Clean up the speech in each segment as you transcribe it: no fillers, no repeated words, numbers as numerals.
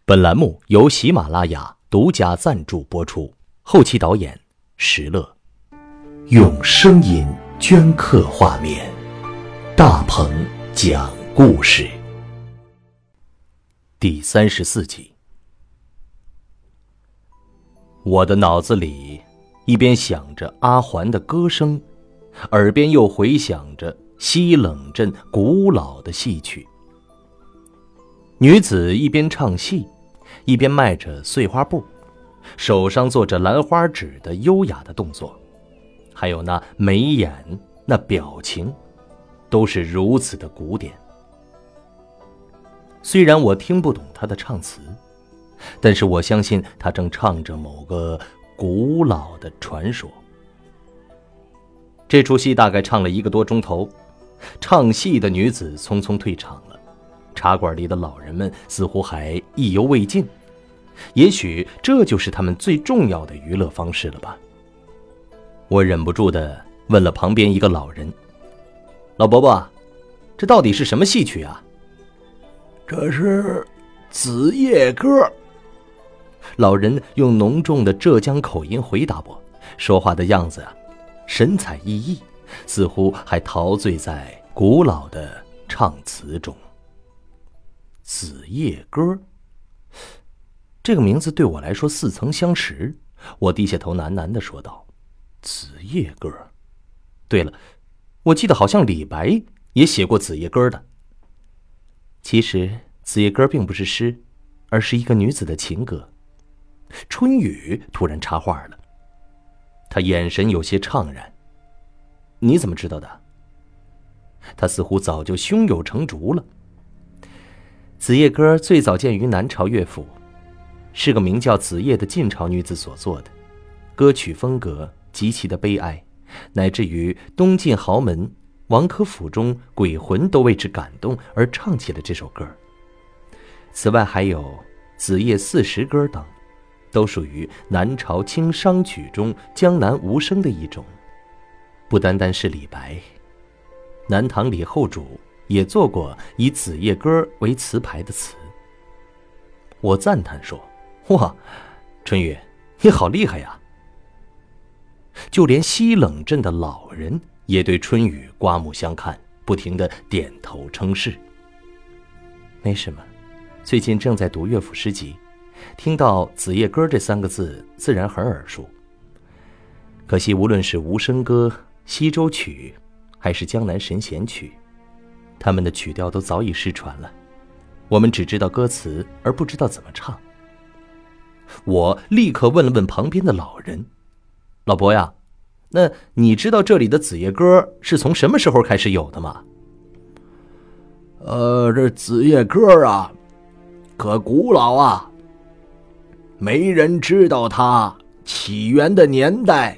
本栏目由喜马拉雅独家赞助播出，后期导演石乐。用声音镌刻画面，大鹏讲故事。第34集。我的脑子里一边想着阿环的歌声，耳边又回响着西冷镇古老的戏曲。女子一边唱戏，一边迈着碎花步，手上做着兰花指的优雅的动作，还有那眉眼，那表情，都是如此的古典。虽然我听不懂她的唱词，但是我相信她正唱着某个古老的传说。这出戏大概唱了1个多钟头，唱戏的女子匆匆退场了，茶馆里的老人们似乎还意犹未尽，也许这就是他们最重要的娱乐方式了吧。我忍不住地问了旁边一个老人：“老伯伯，这到底是什么戏曲啊？”“ 这是子夜歌。” 老人用浓重的浙江口音回答我，说话的样子神采奕奕，似乎还陶醉在古老的唱词中。子夜歌，这个名字对我来说似曾相识。我低下头喃喃地说道：“子夜歌，对了，我记得好像李白也写过子夜歌的。”其实子夜歌并不是诗，而是一个女子的情歌。春雨突然插话了，他眼神有些怅然。“你怎么知道的？”他似乎早就胸有成竹了。子夜歌最早见于南朝乐府，是个名叫子夜的晋朝女子所作的，歌曲风格极其的悲哀，乃至于东晋豪门王珂府中鬼魂都为之感动而唱起了这首歌。此外还有子夜40歌等，都属于南朝清商曲中江南无声的一种。不单单是李白，南唐李后主也做过以子夜歌为词牌的词。我赞叹说：“哇，春雨，你好厉害呀！”就连西冷镇的老人也对春雨刮目相看，不停地点头称是。没什么，最近正在读乐府诗集，听到子夜歌这3个字自然很耳熟。可惜无论是无声歌、西洲曲还是江南神弦曲，他们的曲调都早已失传了，我们只知道歌词而不知道怎么唱。我立刻问了问旁边的老人：“老伯呀，那你知道这里的子夜歌是从什么时候开始有的吗？”“ 这子夜歌啊，可古老啊，没人知道它起源的年代。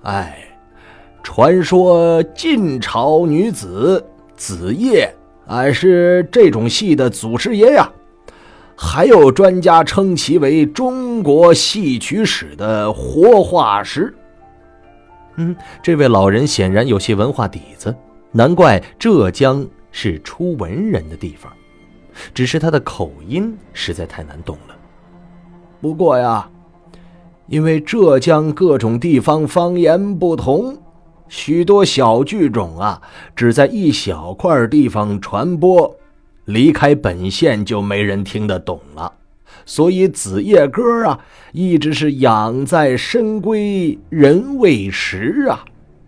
传说晋朝女子子夜是这种戏的祖师爷呀，还有专家称其为中国戏曲史的活化石。” 这位老人显然有些文化底子，难怪浙江是出文人的地方，只是他的口音实在太难懂了。 不过呀，因为浙江各种地方方言不同，许多小剧种只在一小块地方传播，离开本县就没人听得懂了，所以子夜歌一直是养在深闺人未识啊。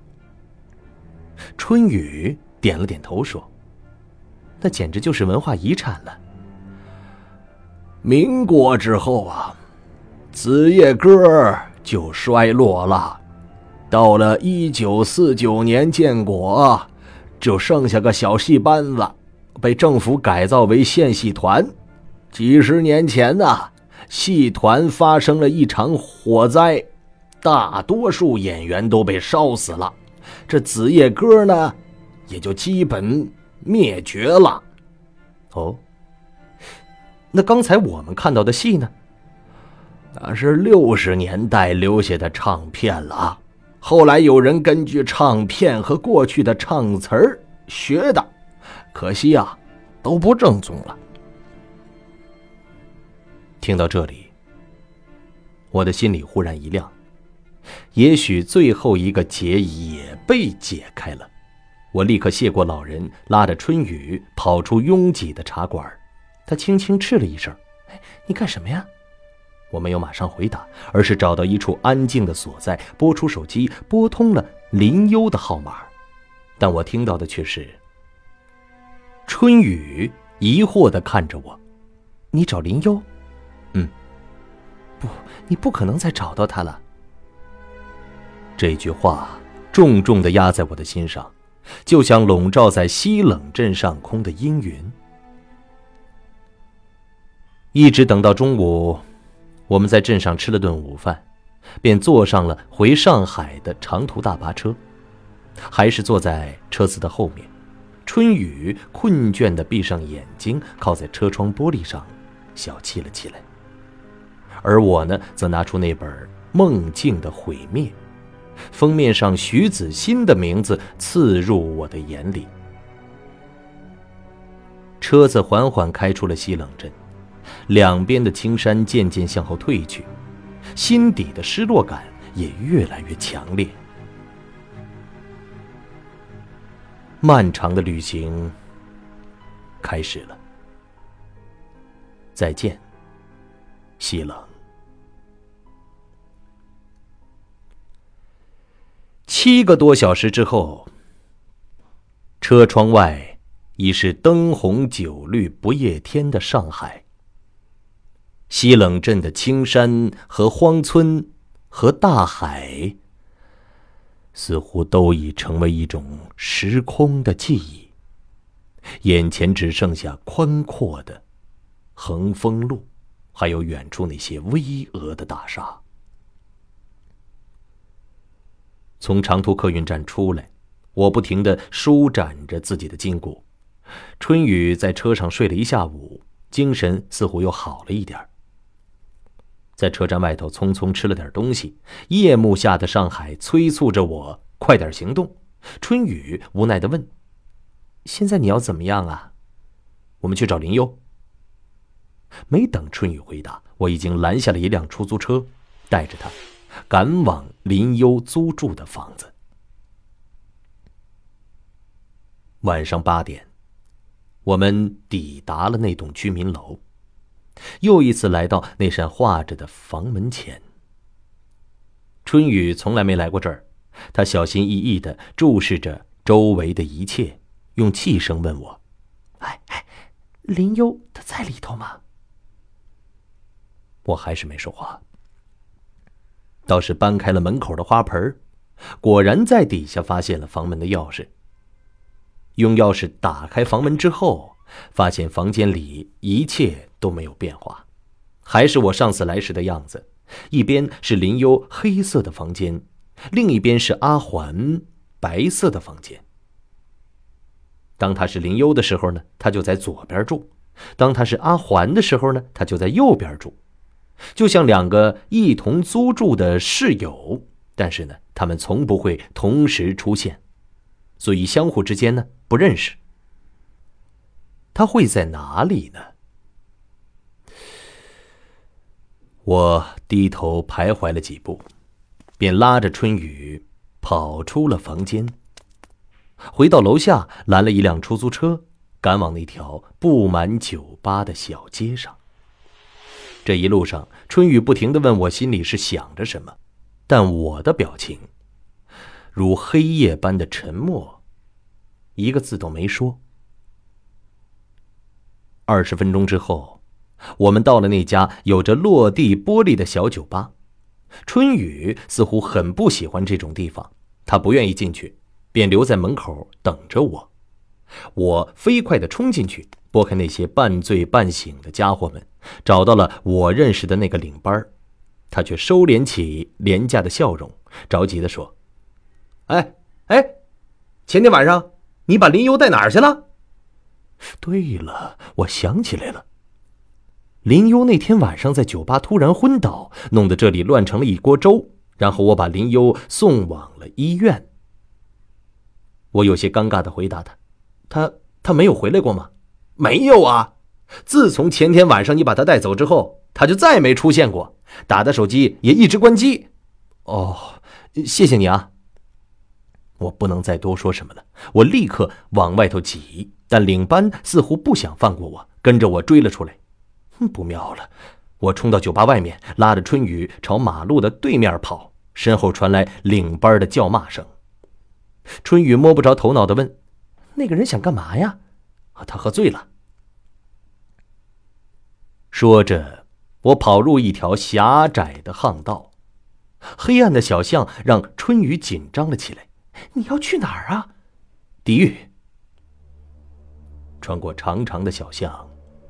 春雨点了点头说：“那简直就是文化遗产了。” 民国之后子夜歌就衰落了，到了1949年建国，就剩下个小戏班子，被政府改造为县戏团。几十年前戏团发生了一场火灾，大多数演员都被烧死了，这子夜歌呢也就基本灭绝了。 哦，那刚才我们看到的戏呢？ 那是60年代留下的唱片了，后来有人根据唱片和过去的唱词儿学的，可惜都不正宗了。 听到这里，我的心里忽然一亮，也许最后一个结也被解开了。我立刻谢过老人，拉着春雨跑出拥挤的茶馆。他轻轻斥了一声：“你干什么呀？”我没有马上回答，而是找到一处安静的所在，拨出手机拨通了林幽的号码。但我听到的却是春雨疑惑地看着我：“你找林幽？”“不，你不可能再找到他了。”这句话重重地压在我的心上，就像笼罩在西冷镇上空的阴云。一直等到中午，我们在镇上吃了顿午饭，便坐上了回上海的长途大巴车。还是坐在车子的后面，春雨困倦地闭上眼睛，靠在车窗玻璃上小憩了起来。而我呢，则拿出那本《梦境的毁灭》，封面上徐子欣的名字刺入我的眼里。车子缓缓开出了西冷镇，两边的青山渐渐向后退去，心底的失落感也越来越强烈。漫长的旅行开始了。再见，西冷。7个多小时之后，车窗外已是灯红酒绿不夜天的上海。西冷镇的青山和荒村和大海似乎都已成为一种时空的记忆，眼前只剩下宽阔的横风路，还有远处那些巍峨的大厦。从长途客运站出来，我不停地舒展着自己的筋骨。春雨在车上睡了一下午，精神似乎又好了一点。在车站外头匆匆吃了点东西，夜幕下的上海催促着我快点行动。春雨无奈地问：“现在你要怎么样啊？”“我们去找林幽。”没等春雨回答，我已经拦下了一辆出租车，带着他赶往林幽租住的房子。晚上8点，我们抵达了那栋居民楼，又一次来到那扇画着的房门前。春雨从来没来过这儿，他小心翼翼地注视着周围的一切，用气声问我：“林幽他在里头吗？”我还是没说话，倒是搬开了门口的花盆，果然在底下发现了房门的钥匙。用钥匙打开房门之后，发现房间里一切都没有变化，还是我上次来时的样子。一边是林幽黑色的房间，另一边是阿环白色的房间。当他是林幽的时候呢，他就在左边住；当他是阿环的时候呢，他就在右边住。就像两个一同租住的室友，但是呢，他们从不会同时出现，所以相互之间呢不认识。他会在哪里呢？我低头徘徊了几步，便拉着春雨跑出了房间，回到楼下拦了一辆出租车，赶往那条布满酒吧的小街上。这一路上，春雨不停地问我心里是想着什么，但我的表情如黑夜般的沉默，一个字都没说。20分钟之后，我们到了那家有着落地玻璃的小酒吧。春雨似乎很不喜欢这种地方，他不愿意进去，便留在门口等着我。我飞快地冲进去，拨开那些半醉半醒的家伙们，找到了我认识的那个领班。他却收敛起廉价的笑容，着急地说：“前天晚上你把林幽带哪儿去了？”对了，我想起来了，林幽那天晚上在酒吧突然昏倒，弄得这里乱成了一锅粥，然后我把林幽送往了医院。我有些尴尬地回答他没有回来过吗？没有啊，自从前天晚上你把他带走之后， 他就再没出现过，打的手机也一直关机。哦，谢谢你啊。我不能再多说什么了，我立刻往外头挤，但领班似乎不想放过我，跟着我追了出来。不妙了，我冲到酒吧外面，拉着春雨朝马路的对面跑，身后传来领班的叫骂声。春雨摸不着头脑地问：那个人想干嘛呀？他喝醉了。说着，我跑入一条狭窄的巷道，黑暗的小巷让春雨紧张了起来。你要去哪儿啊？地狱。穿过长长的小巷，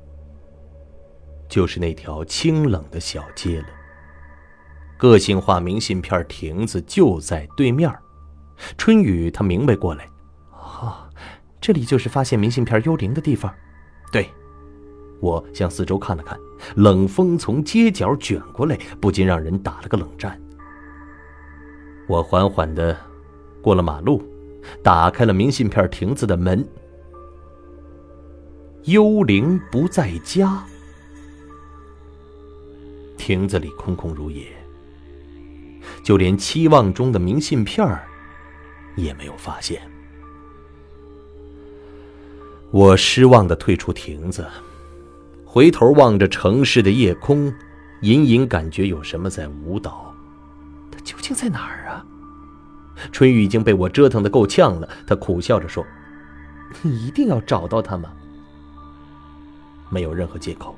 就是那条清冷的小街了。个性化明信片亭子就在对面。春雨他明白过来，这里就是发现明信片幽灵的地方。对。我向四周看了看，冷风从街角卷过来，不禁让人打了个冷战。我缓缓地过了马路，打开了明信片亭子的门。幽灵不在家。亭子里空空如也，就连期望中的明信片也没有发现。我失望地退出亭子，回头望着城市的夜空，隐隐感觉有什么在舞蹈。他究竟在哪儿啊？春雨已经被我折腾得够呛了，他苦笑着说：你一定要找到他吗？没有任何借口。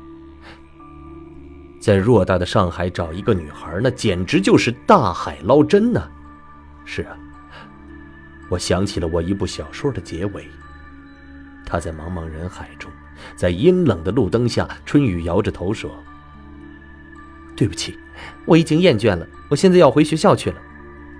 在偌大的上海找一个女孩，那简直就是大海捞针呢。是啊，我想起了我一部小说的结尾。他在茫茫人海中，在阴冷的路灯下，春雨摇着头说：对不起，我已经厌倦了，我现在要回学校去了。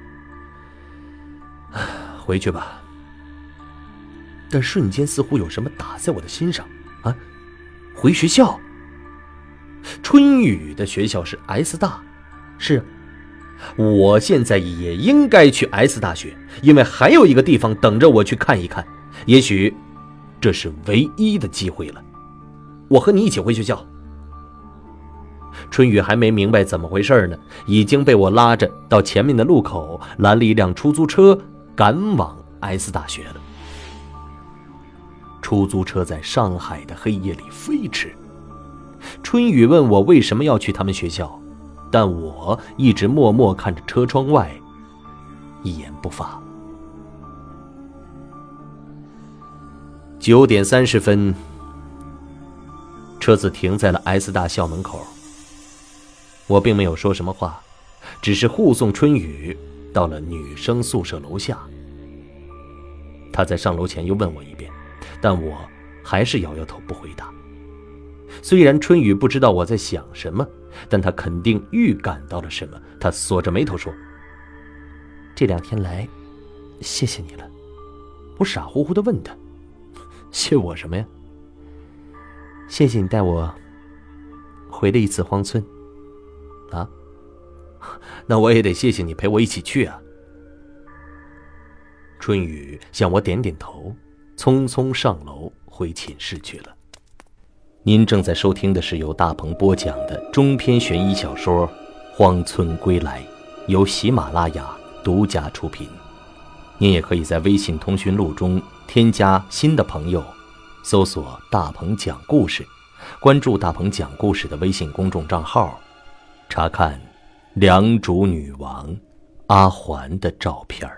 回去吧。但瞬间似乎有什么打在我的心上啊！回学校？春雨的学校是 S 大，是，我现在也应该去 S 大学，因为还有一个地方等着我去看一看，也许这是唯一的机会了。我和你一起回学校。春雨还没明白怎么回事呢，已经被我拉着到前面的路口，拦了一辆出租车，赶往 S 大学了。出租车在上海的黑夜里飞驰。春雨问我为什么要去他们学校，但我一直默默看着车窗外，一言不发。9点30分，车子停在了 S 大校门口。我并没有说什么话，只是护送春雨到了女生宿舍楼下。他在上楼前又问我一遍，但我还是摇摇头不回答。虽然春雨不知道我在想什么，但他肯定预感到了什么。他锁着眉头说：这2天来谢谢你了。我傻乎乎地问他：谢我什么呀？谢谢你带我回了一次荒村。啊？那我也得谢谢你陪我一起去啊。春雨向我点点头，匆匆上楼回寝室去了。您正在收听的是由大鹏播讲的中篇悬疑小说《荒村归来》，由喜马拉雅独家出品。您也可以在微信通讯录中添加新的朋友，搜索大鹏讲故事，关注大鹏讲故事的微信公众账号，查看良渚女王阿环的照片。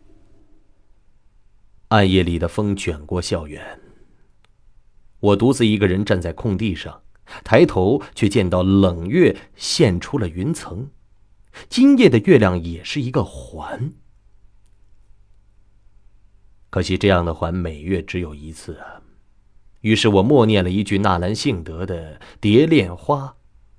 暗夜里的风卷过校园，我独自一个人站在空地上，抬头却见到冷月现出了云层，今夜的月亮也是一个环。可惜这样的环每月只有一次啊。于是我默念了一句纳兰性德的《蝶恋花》：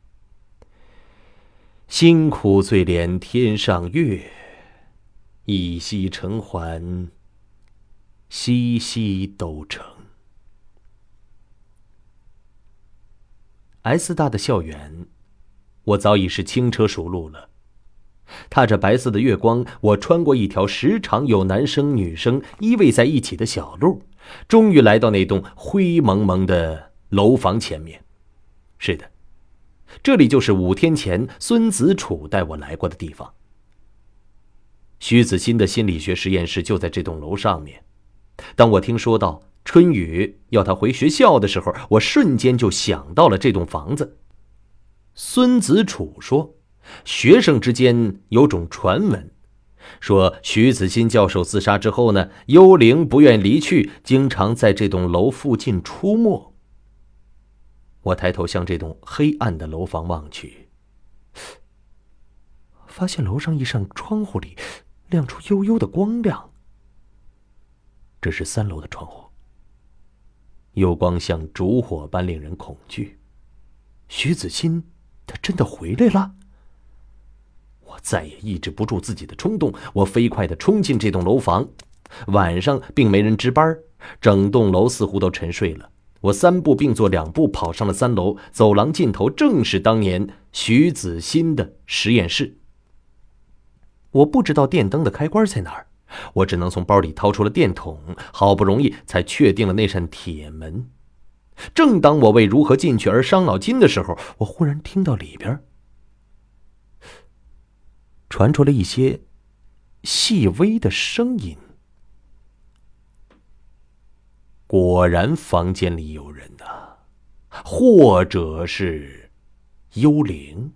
辛苦最怜天上月，一夕成环，夕夕都成。S 大的校园，我早已是轻车熟路了。踏着白色的月光，我穿过一条时常有男生女生依偎在一起的小路，终于来到那栋灰蒙蒙的楼房前面。是的， 这里就是5天前孙子楚带我来过的地方。徐子欣的心理学实验室就在这栋楼上面。当我听说到春雨要他回学校的时候，我瞬间就想到了这栋房子。孙子楚说，学生之间有种传闻，说徐子欣教授自杀之后呢，幽灵不愿离去，经常在这栋楼附近出没。我抬头向这栋黑暗的楼房望去，发现楼上一扇窗户里亮出幽幽的光亮。这是3楼的窗户，幽光像烛火般令人恐惧。徐子欣他真的回来了？我再也抑制不住自己的冲动，我飞快地冲进这栋楼房。晚上并没人值班，整栋楼似乎都沉睡了。我3步并作2步跑上了3楼，走廊尽头正是当年徐子欣的实验室。我不知道电灯的开关在哪儿，我只能从包里掏出了电筒，好不容易才确定了那扇铁门。正当我为如何进去而伤脑筋的时候，我忽然听到里边传出了一些细微的声音。果然房间里有人啊，或者是幽灵。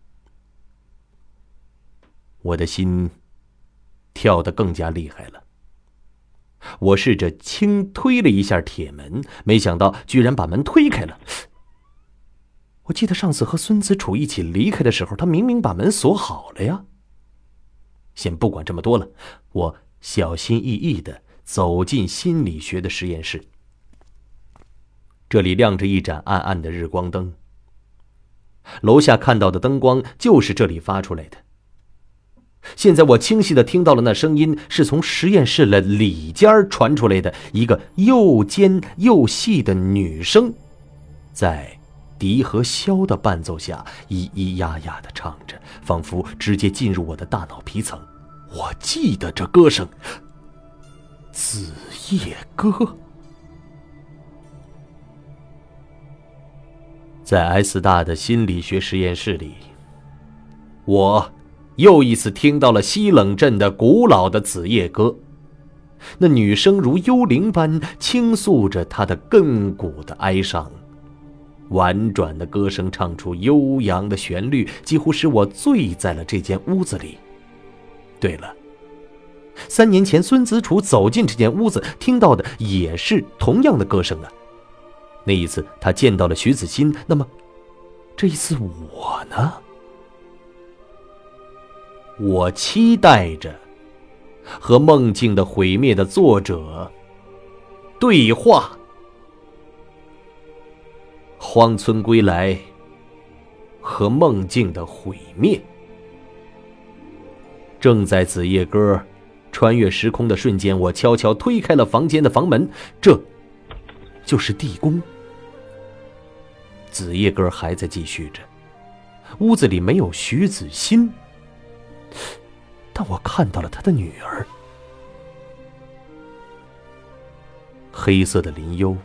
我的心跳得更加厉害了。我试着轻推了一下铁门，没想到居然把门推开了。我记得上次和孙子楚一起离开的时候，他明明把门锁好了呀。先不管这么多了，我小心翼翼地走进心理学的实验室。这里亮着一盏暗暗的日光灯，楼下看到的灯光就是这里发出来的。现在我清晰地听到了那声音，是从实验室的里间传出来的，一个又尖又细的女声，在笛和箫的伴奏下咿咿呀呀地唱着，仿佛直接进入我的大脑皮层。我记得这歌声，子夜歌。在 S 大的心理学实验室里，我又一次听到了西冷镇的古老的子夜歌。那女声如幽灵般倾诉着她的亘古的哀伤，婉转的歌声唱出悠扬的旋律，几乎使我醉在了这间屋子里。对了，3年前孙子楚走进这间屋子，听到的也是同样的歌声啊。那一次他见到了徐子欣，那么这一次我呢？我期待着和梦境的毁灭的作者对话。荒村归来和梦境的毁灭。正在子夜歌穿越时空的瞬间，我悄悄推开了房间的房门，这就是地宫。子夜歌还在继续着，屋子里没有徐子欣，但我看到了他的女儿。黑色的林幽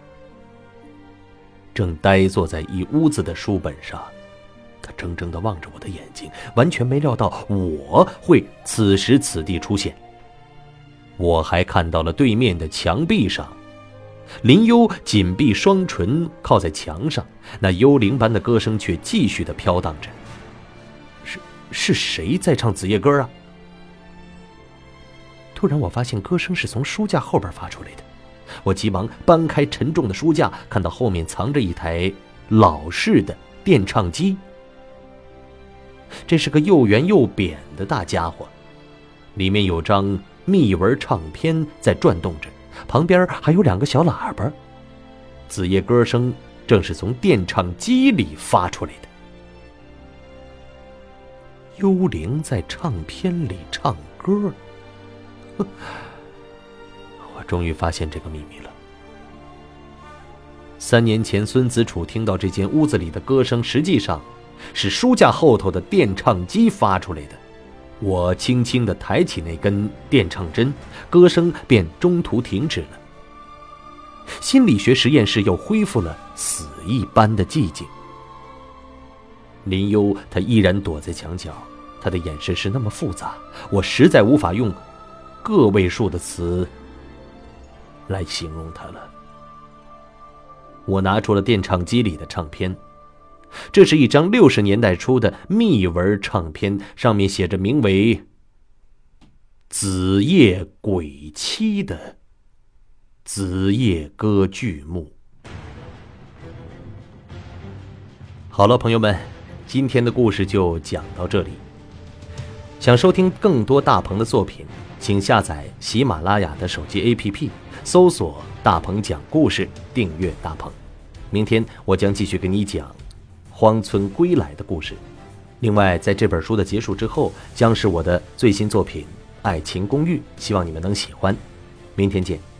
正呆坐在一屋子的书本上，他怔怔地望着我的眼睛，完全没料到我会此时此地出现。我还看到了对面的墙壁上，林幽紧闭双唇靠在墙上，那幽灵般的歌声却继续地飘荡着。是谁在唱子夜歌啊？突然我发现歌声是从书架后边发出来的，我急忙搬开沉重的书架，看到后面藏着一台老式的电唱机。这是个又圆又扁的大家伙，里面有张密纹唱片在转动着，旁边还有2个小喇叭。子夜歌声正是从电唱机里发出来的。幽灵在唱片里唱歌，我终于发现这个秘密了。3年前孙子楚听到这间屋子里的歌声，实际上是书架后头的电唱机发出来的。我轻轻地抬起那根电唱针，歌声便中途停止了。心理学实验室又恢复了死一般的寂静。 林幽他依然躲在墙角，他的眼神是那么复杂，我实在无法用个位数的词来形容他了。我拿出了电唱机里的唱片，这是一张60年代初的密文唱片，上面写着名为《子夜鬼妻》的子夜歌剧目。好了，朋友们，今天的故事就讲到这里。想收听更多大鹏的作品，请下载喜马拉雅的手机 APP， 搜索大鹏讲故事，订阅大鹏。明天我将继续给你讲荒村归来的故事。另外，在这本书的结束之后，将是我的最新作品《爱情公寓》，希望你们能喜欢。明天见。